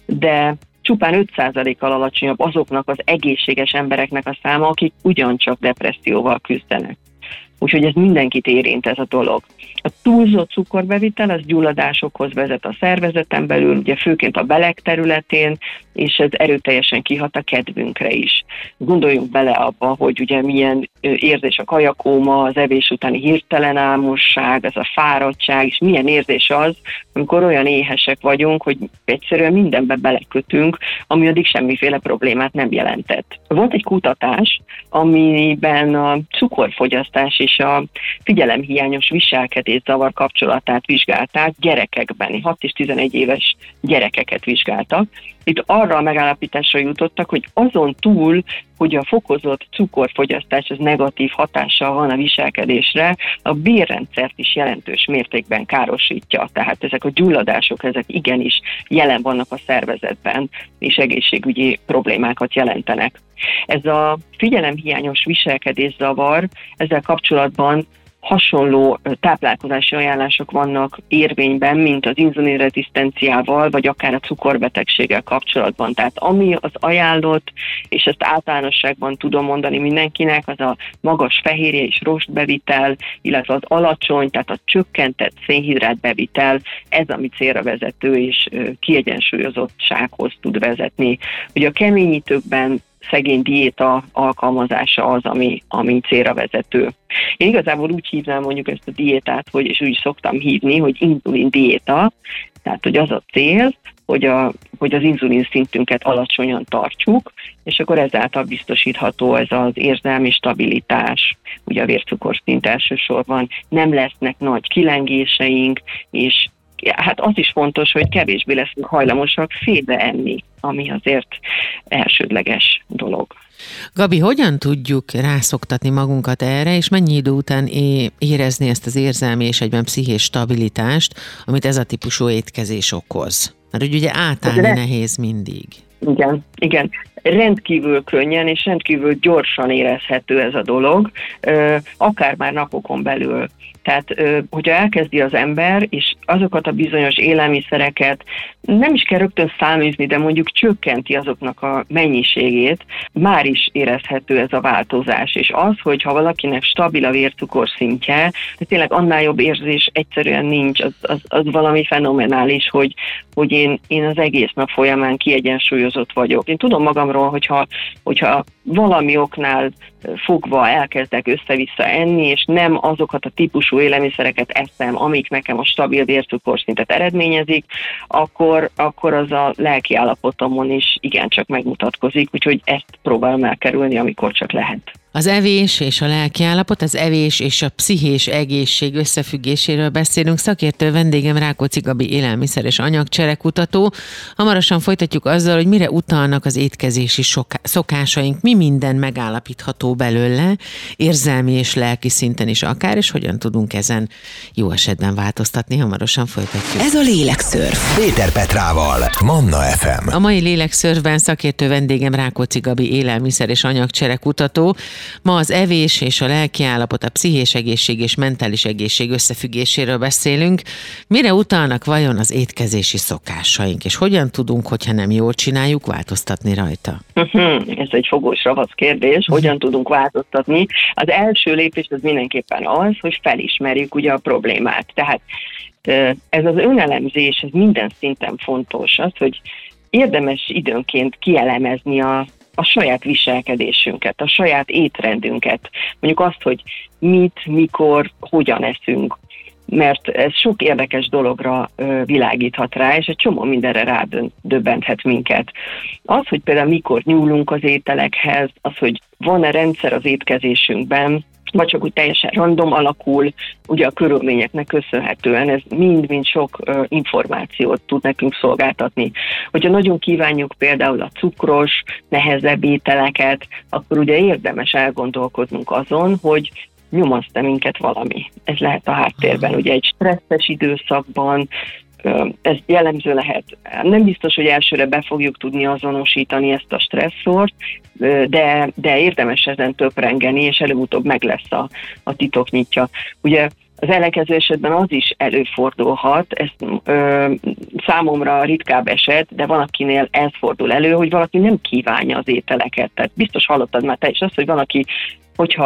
de csupán öt százalékkal alacsonyabb azoknak az egészséges embereknek a száma, akik ugyancsak depresszióval küzdenek. Úgyhogy ez mindenkit érint ez a dolog. A túlzott cukorbevitel az gyulladásokhoz vezet a szervezeten belül, ugye főként a belek területén, és ez erőteljesen kihat a kedvünkre is. Gondoljunk bele abba, hogy ugye milyen érzés a kajakóma, az evés utáni hirtelen álmosság, az a fáradtság, és milyen érzés az, amikor olyan éhesek vagyunk, hogy egyszerűen mindenbe belekötünk, ami addig semmiféle problémát nem jelentett. Volt egy kutatás, amiben a cukorfogyasztás és a figyelemhiányos viselkedészavar kapcsolatát vizsgálták gyerekekben, hat és tizenegy éves gyerekeket vizsgáltak. Itt arra a megállapításra jutottak, hogy azon túl, hogy a fokozott cukorfogyasztás az negatív hatással van a viselkedésre, a bélrendszert is jelentős mértékben károsítja. Tehát ezek a gyulladások, ezek igenis jelen vannak a szervezetben, és egészségügyi problémákat jelentenek. Ez a figyelemhiányos viselkedészavar, ezzel kapcsolatban hasonló táplálkozási ajánlások vannak érvényben, mint az inzulinrezisztenciával, vagy akár a cukorbetegséggel kapcsolatban. Tehát ami az ajánlott, és ezt általánosságban tudom mondani mindenkinek, az a magas fehérje és rostbevitel, illetve az alacsony, tehát a csökkentett szénhidrát bevitel, ez ami célra vezető és kiegyensúlyozottsághoz tud vezetni. Ugye a keményítőkben szegény diéta alkalmazása az, ami, ami célra vezető. Én igazából úgy hívnám mondjuk ezt a diétát, hogy, és úgy szoktam hívni, hogy inzulin diéta, tehát hogy az a cél, hogy, a, hogy az inzulin szintünket alacsonyan tartsuk, és akkor ezáltal biztosítható ez az érzelmi stabilitás, ugye a vércukorszint elsősorban, nem lesznek nagy kilengéseink, és hát az is fontos, hogy kevésbé leszünk hajlamosak félbe enni, ami azért elsődleges dolog. Gabi, hogyan tudjuk rászoktatni magunkat erre, és mennyi idő után érezni ezt az érzelmi és egyben pszichés stabilitást, amit ez a típusú étkezés okoz? Mert ugye átállni de... nehéz mindig. Igen, igen. Rendkívül könnyen és rendkívül gyorsan érezhető ez a dolog, akár már napokon belül. Tehát, hogyha elkezdi az ember, és azokat a bizonyos élelmiszereket nem is kell rögtön száműzni, de mondjuk csökkenti azoknak a mennyiségét, már is érezhető ez a változás. És az, hogyha valakinek stabil a vércukorszintje, de tényleg annál jobb érzés egyszerűen nincs, az, az, az valami fenomenális, hogy, hogy én, én az egész nap folyamán kiegyensúlyozott vagyok. Én tudom magamról, hogyha, hogyha valami oknál fogva elkezdek össze-vissza enni, és nem azokat a típusú élelmiszereket eszem, amik nekem a stabil vércukorszintet eredményezik, akkor, akkor az a lelki állapotomon is igencsak megmutatkozik, úgyhogy ezt próbálom elkerülni, amikor csak lehet. Az evés és a lelkiállapot, az evés és a pszichés egészség összefüggéséről beszélünk. Szakértő vendégem Rákóczi Gabi élelmiszer- és anyagcserekutató. Hamarosan folytatjuk azzal, hogy mire utalnak az étkezési szokásaink, mi minden megállapítható belőle, érzelmi és lelki szinten is akár, és hogyan tudunk ezen jó esetben változtatni. Hamarosan folytatjuk. Ez a Lélekszörf. Péter Petrával, Manna ef em. A mai Lélekszörfben szakértő vendégem Rákóczi Gabi élelmiszer- és anyagcserekutató. Ma az evés és a lelkiállapot, a pszichés egészség és mentális egészség összefüggéséről beszélünk. Mire utalnak vajon az étkezési szokásaink, és hogyan tudunk, hogyha nem jól csináljuk, változtatni rajta? Ez egy fogós ravasz kérdés, hogyan tudunk változtatni. Az első lépés az mindenképpen az, hogy felismerjük ugye a problémát. Tehát ez az önelemzés, ez minden szinten fontos, az, hogy érdemes időnként kielemezni a a saját viselkedésünket, a saját étrendünket. Mondjuk azt, hogy mit, mikor, hogyan eszünk, mert ez sok érdekes dologra ö, világíthat rá, és egy csomó mindenre rádöbbenthet minket. Az, hogy például mikor nyúlunk az ételekhez, az, hogy van-e rendszer az étkezésünkben, vagy csak úgy teljesen random alakul, ugye a körülményeknek köszönhetően, ez mind-mind sok uh, információt tud nekünk szolgáltatni. Hogyha nagyon kívánjuk például a cukros, nehezebb ételeket, akkor ugye érdemes elgondolkodnunk azon, hogy nyomaszt-e minket valami. Ez lehet a háttérben, ugye egy stresszes időszakban, ez jellemző lehet. Nem biztos, hogy elsőre be fogjuk tudni azonosítani ezt a stresszort, de, de érdemes ezen töprengeni, és előbb-utóbb meg lesz a, a titoknyitja. Ugye az ellenkező esetben az is előfordulhat, ez ö, számomra ritkább eset, de van, akinél ez fordul elő, hogy valaki nem kívánja az ételeket. Tehát biztos hallottad már te is azt, hogy van, aki, hogyha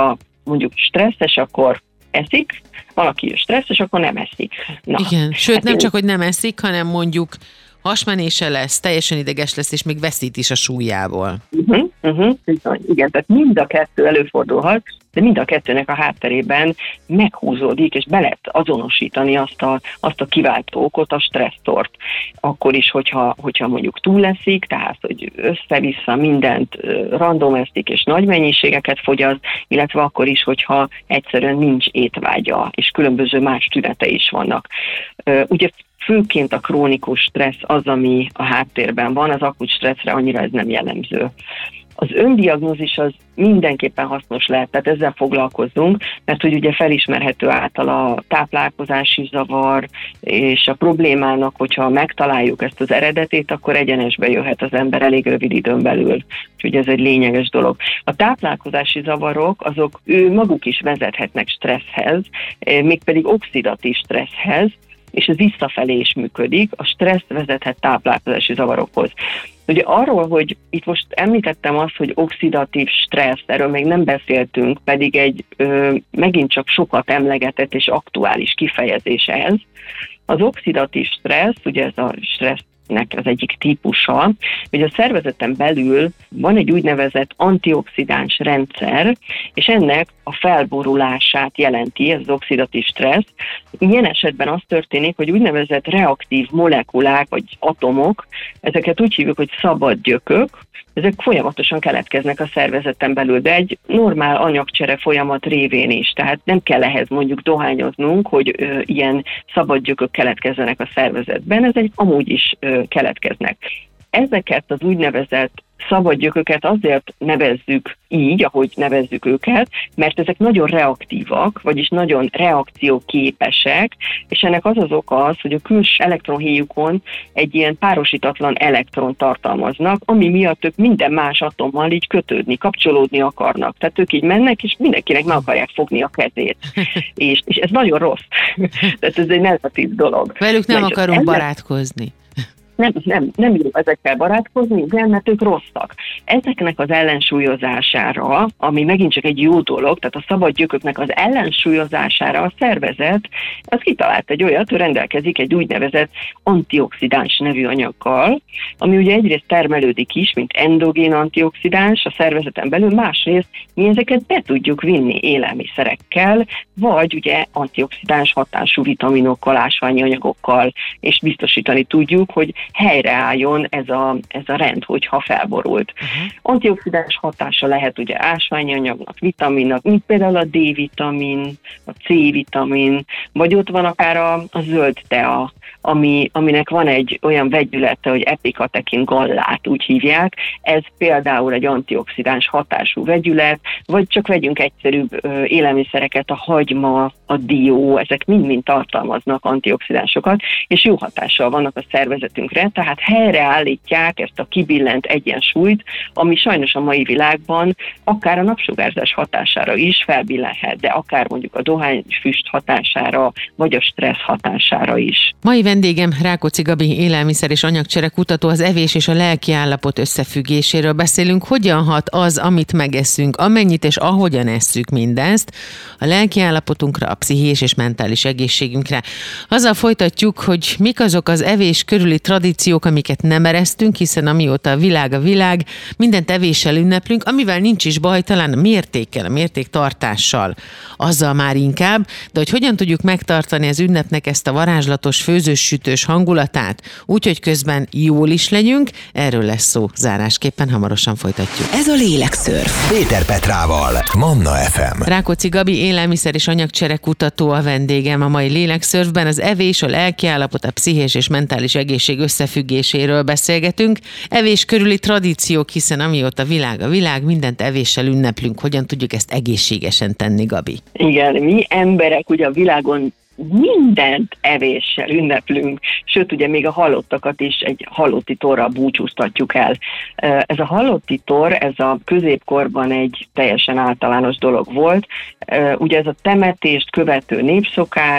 mondjuk stresszes, akkor eszik, valaki stresszes, akkor nem eszik. Na, igen, sőt hát nem én... csak, hogy nem eszik, hanem mondjuk hasmenése lesz, teljesen ideges lesz, és még veszít is a súlyából. Uh-huh, uh-huh, bizony, igen, tehát mind a kettő előfordulhat, de mind a kettőnek a hátterében meghúzódik, és be lehet azonosítani azt a, azt a kiváltó okot, a stresszort. Akkor is, hogyha, hogyha mondjuk túl leszik, tehát hogy össze-vissza mindent random eszik, és nagy mennyiségeket fogyaszt, illetve akkor is, hogyha egyszerűen nincs étvágya, és különböző más tünete is vannak. Ugye főként a krónikus stressz az, ami a háttérben van, az akut stresszre annyira ez nem jellemző. Az öndiagnózis az mindenképpen hasznos lehet, tehát ezzel foglalkozzunk, mert hogy ugye felismerhető által a táplálkozási zavar, és a problémának, hogyha megtaláljuk ezt az eredetét, akkor egyenesbe jöhet az ember elég rövid időn belül. Úgyhogy ez egy lényeges dolog. A táplálkozási zavarok, azok ő maguk is vezethetnek stresszhez, mégpedig oxidatív stresszhez, és ez visszafelé is működik, a stressz vezethet táplálkozási zavarokhoz. Ugye arról, hogy itt most említettem azt, hogy oxidatív stressz, erről még nem beszéltünk, pedig egy ö, megint csak sokat emlegetett és aktuális kifejezés ez. Az oxidatív stressz, ugye ez a stressz nek az egyik típusa, hogy a szervezeten belül van egy úgynevezett antioxidáns rendszer, és ennek a felborulását jelenti, ez az oxidatív stressz. Ilyen esetben az történik, hogy úgynevezett reaktív molekulák vagy atomok, ezeket úgy hívjuk, hogy szabad gyökök, ezek folyamatosan keletkeznek a szervezeten belül, de egy normál anyagcsere folyamat révén is, tehát nem kell ehhez mondjuk dohányoznunk, hogy ö, ilyen szabad gyökök keletkezzenek a szervezetben, ez egy amúgy is ö, keletkeznek. Ezeket az úgynevezett szabad gyököket azért nevezzük így, ahogy nevezzük őket, mert ezek nagyon reaktívak, vagyis nagyon reakcióképesek, és ennek az az oka az, hogy a külső elektronhéjukon egy ilyen párosítatlan elektron tartalmaznak, ami miatt ők minden más atommal így kötődni, kapcsolódni akarnak. Tehát ők így mennek, és mindenkinek meg akarják fogni a kezét. és, és ez nagyon rossz. Tehát ez egy negatív dolog. Velük nem Mert akarunk ennek... barátkozni. Nem, nem, nem jó ezekkel barátkozni, de mert ők rosszak. Ezeknek az ellensúlyozására, ami megint csak egy jó dolog, tehát a szabad gyököknek az ellensúlyozására a szervezet, az kitalált egy olyat, hogy rendelkezik egy úgynevezett antioxidáns nevű anyaggal, ami ugye egyrészt termelődik is, mint endogén antioxidáns a szervezeten belül, másrészt mi ezeket be tudjuk vinni élelmiszerekkel, vagy ugye antioxidáns hatású vitaminokkal, ásványi anyagokkal, és biztosítani tudjuk, hogy helyreálljon ez a, ez a rend, hogyha felborult. Uh-huh. Antioxidáns hatása lehet ugye ásványi anyagnak, vitaminnak, mint például a D-vitamin, a C-vitamin, vagy ott van akár a, a zöld tea, ami, aminek van egy olyan vegyülete, hogy epikatekin gallát, úgy hívják. Ez például egy antioxidáns hatású vegyület, vagy csak vegyünk egyszerűbb ö, élelmiszereket, a hagyma, a dió, ezek mind-mind tartalmaznak antioxidánsokat, és jó hatással vannak a szervezetünkre, tehát helyreállítják ezt a kibillent egyensúlyt, ami sajnos a mai világban akár a napsugárzás hatására is felbillenhet, de akár mondjuk a dohányfüst hatására, vagy a stressz hatására is. Mai vendégem Rákóczi Gabi, élelmiszer és anyagcsere kutató, az evés és a lelki állapot összefüggéséről beszélünk. Hogyan hat az, amit megeszünk, amennyit és ahogyan esszük mindezt, a lelki állapotunkra, a pszichés és mentális egészségünkre. Azzal folytatjuk, hogy mik azok az evés körüli tradíciók, amiket nem eresztünk, hiszen amióta a világ a világ, mindent evéssel ünneplünk, amivel nincs is baj, talán a mértékkel, a mértéktartással, azzal már inkább, de hogy hogyan tudjuk megtartani az ünnepnek ezt a varázslatos főzős-sütős hangulatát, úgyhogy közben jól is legyünk, erről lesz szó zárásképpen, hamarosan folytatjuk. Ez a Lélekszörf. Péter Petrával, Manna ef em. Rákóczi Gabi, élelmiszer és anyagcsere kutató a vendégem a mai Lélekszörfben. Az evés, a lelkiállapot, a pszichés és mentális egészség összefüggéséről beszélgetünk. Evés körüli tradíciók, hiszen amióta világ a világ, mindent evéssel ünneplünk. Hogyan tudjuk ezt egészségesen tenni, Gabi? Igen, mi emberek ugye a világon mindent evéssel ünneplünk, sőt ugye még a halottakat is egy halotti torral búcsúztatjuk el. Ez a halotti tor, ez a középkorban egy teljesen általános dolog volt. Ugye ez a temetést követő népszokás,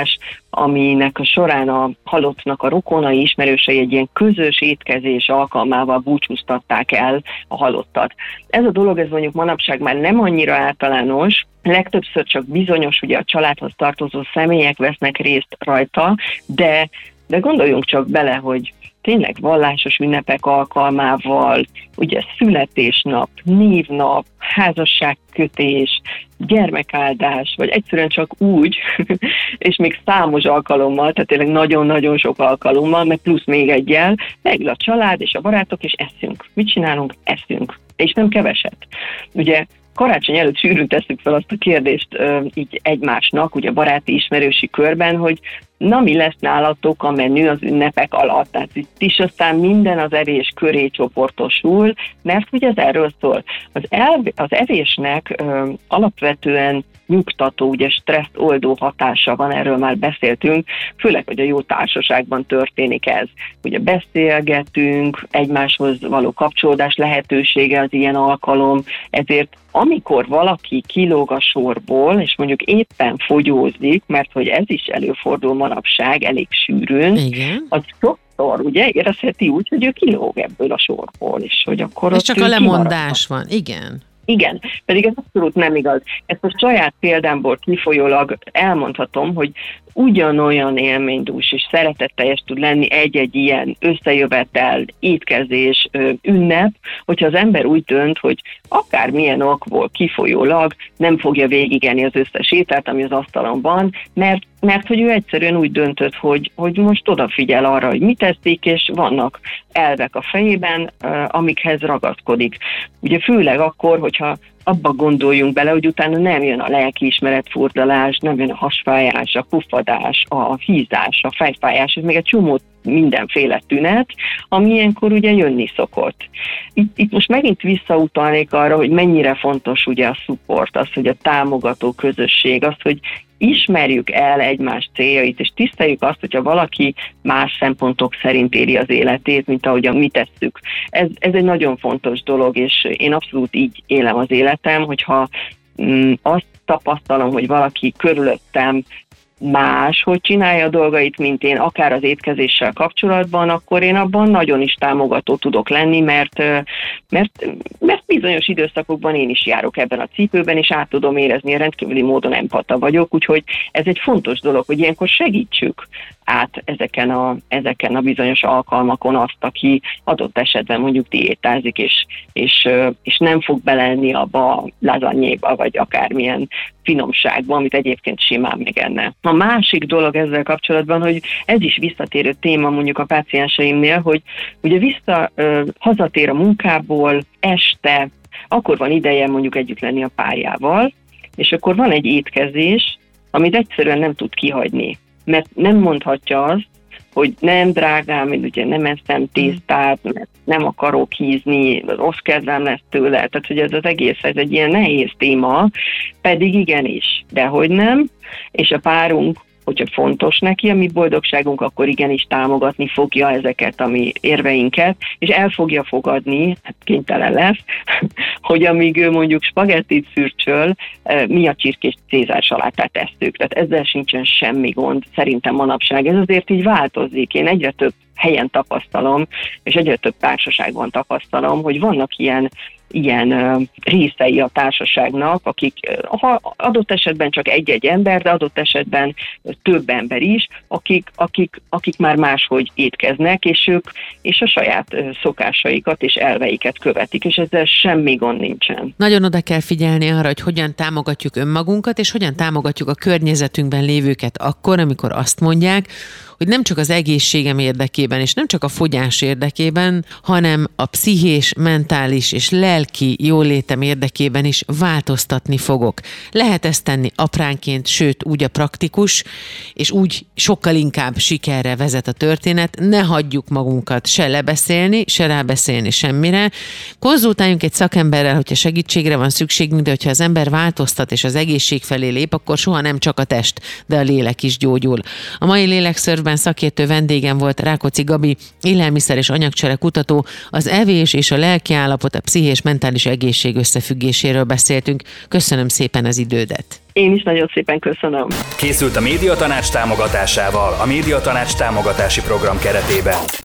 aminek a során a halottnak a rokonai, ismerősei egy ilyen közös étkezés alkalmával búcsúztatták el a halottat. Ez a dolog, ez mondjuk manapság már nem annyira általános, legtöbbször csak bizonyos, ugye a családhoz tartozó személyek vesznek részt rajta, de, de gondoljunk csak bele, hogy tényleg vallásos ünnepek alkalmával, ugye születésnap, névnap, házasságkötés, gyermekáldás, vagy egyszerűen csak úgy, és még számos alkalommal, tehát tényleg nagyon-nagyon sok alkalommal, meg plusz még egyel, leül a család és a barátok, és eszünk. Mit csinálunk? Eszünk. És nem keveset. Ugye karácsony előtt sűrűn tesszük fel azt a kérdést uh, így egymásnak, ugye baráti ismerősi körben, hogy na mi lesz nálatok a menü az ünnepek alatt. Tehát itt is aztán minden az evés köré csoportosul, mert ugye ez erről szól. Az, el, az evésnek uh, alapvetően nyugtató, ugye stresszt oldó hatása van, erről már beszéltünk, főleg, hogy a jó társaságban történik ez. Ugye beszélgetünk, egymáshoz való kapcsolódás lehetősége az ilyen alkalom, ezért amikor valaki kilóg a sorból, és mondjuk éppen fogyózik, mert hogy ez is előfordul manapság elég sűrűn, igen, az sokszor ugye érezheti úgy, hogy ő kilóg ebből a sorból, és hogy akkor és csak a lemondás van, igen. Igen, pedig ez abszolút nem igaz. Ezt a saját példámból kifolyólag elmondhatom, hogy ugyanolyan élménydús és szeretetteljes tud lenni egy-egy ilyen összejövetel, étkezés, ünnep, hogyha az ember úgy dönt, hogy akármilyen okból kifolyólag nem fogja végigenni az összes ételt, ami az asztalon van, mert, mert hogy ő egyszerűen úgy döntött, hogy, hogy most odafigyel arra, hogy mit teszik, és vannak elvek a fejében, amikhez ragaszkodik. Ugye főleg akkor, hogyha abba gondoljunk bele, hogy utána nem jön a lelkiismeretfurdalás, nem jön a hasfájás, a puffadás, a hízás, a fejfájás, ez még egy csomó mindenféle tünet, ami ilyenkor ugye jönni szokott. Itt, itt most megint visszautalnék arra, hogy mennyire fontos ugye a support, az, hogy a támogató közösség, az, hogy ismerjük el egymás céljait, és tiszteljük azt, hogyha valaki más szempontok szerint éli az életét, mint ahogyan mi tesszük. Ez, ez egy nagyon fontos dolog, és én abszolút így élem az életem, hogyha mm, azt tapasztalom, hogy valaki körülöttem más, hogy csinálja a dolgait, mint én, akár az étkezéssel kapcsolatban, akkor én abban nagyon is támogató tudok lenni, mert, mert, mert bizonyos időszakokban én is járok ebben a cipőben, és át tudom érezni, rendkívüli módon empata vagyok, úgyhogy ez egy fontos dolog, hogy ilyenkor segítsük át ezeken a, ezeken a bizonyos alkalmakon azt, aki adott esetben mondjuk diétázik, és, és, és nem fog belenni abba a lazanyéba, vagy akármilyen finomságba, amit egyébként simán megenne. A másik dolog ezzel kapcsolatban, hogy ez is visszatérő téma mondjuk a pácienseimnél, hogy ugye vissza ö, hazatér a munkából este, akkor van ideje mondjuk együtt lenni a párjával, és akkor van egy étkezés, amit egyszerűen nem tud kihagyni, mert nem mondhatja azt, hogy nem drágám, én ugye nem eszem tésztát, mert nem akarok hízni, rossz kedvem lesz tőle, tehát hogy ez az egész, ez egy ilyen nehéz téma, pedig igenis, dehogy nem, és a párunk, hogyha fontos neki a mi boldogságunk, akkor igenis támogatni fogja ezeket a mi érveinket, és el fogja fogadni, hát kénytelen lesz, hogy amíg ő mondjuk spagettit szürcsöl, mi a csirkés cézár salátát tesszük. Tehát ezzel sincsen semmi gond, szerintem manapság. Ez azért így változik. Én egyre több helyen tapasztalom, és egyre több társaságban tapasztalom, hogy vannak ilyen ilyen uh, részei a társaságnak, akik uh, ha adott esetben csak egy-egy ember, de adott esetben több ember is, akik, akik, akik már máshogy étkeznek, és ők és a saját uh, szokásaikat és elveiket követik, és ezzel semmi gond nincsen. Nagyon oda kell figyelni arra, hogy hogyan támogatjuk önmagunkat, és hogyan támogatjuk a környezetünkben lévőket akkor, amikor azt mondják, hogy nem csak az egészségem érdekében, és nem csak a fogyás érdekében, hanem a pszichés, mentális és lelki jólétem érdekében is változtatni fogok. Lehet ezt tenni apránként, sőt úgy a praktikus, és úgy sokkal inkább sikerre vezet a történet. Ne hagyjuk magunkat se lebeszélni, se rábeszélni semmire. Konzultáljunk egy szakemberrel, hogyha segítségre van szükségünk, de hogyha az ember változtat és az egészség felé lép, akkor soha nem csak a test, de a lélek is gyógyul. A mai Lélekszörfben szakértő vendégem volt Rákóczi Gabi, élelmiszer és anyagcsere kutató, az evés és a lelki állapot, a pszichés mentális egészség összefüggéséről beszéltünk. Köszönöm szépen az idődet. Én is nagyon szépen köszönöm. Készült a Médiatanács támogatásával, a Médiatanács támogatási program keretében.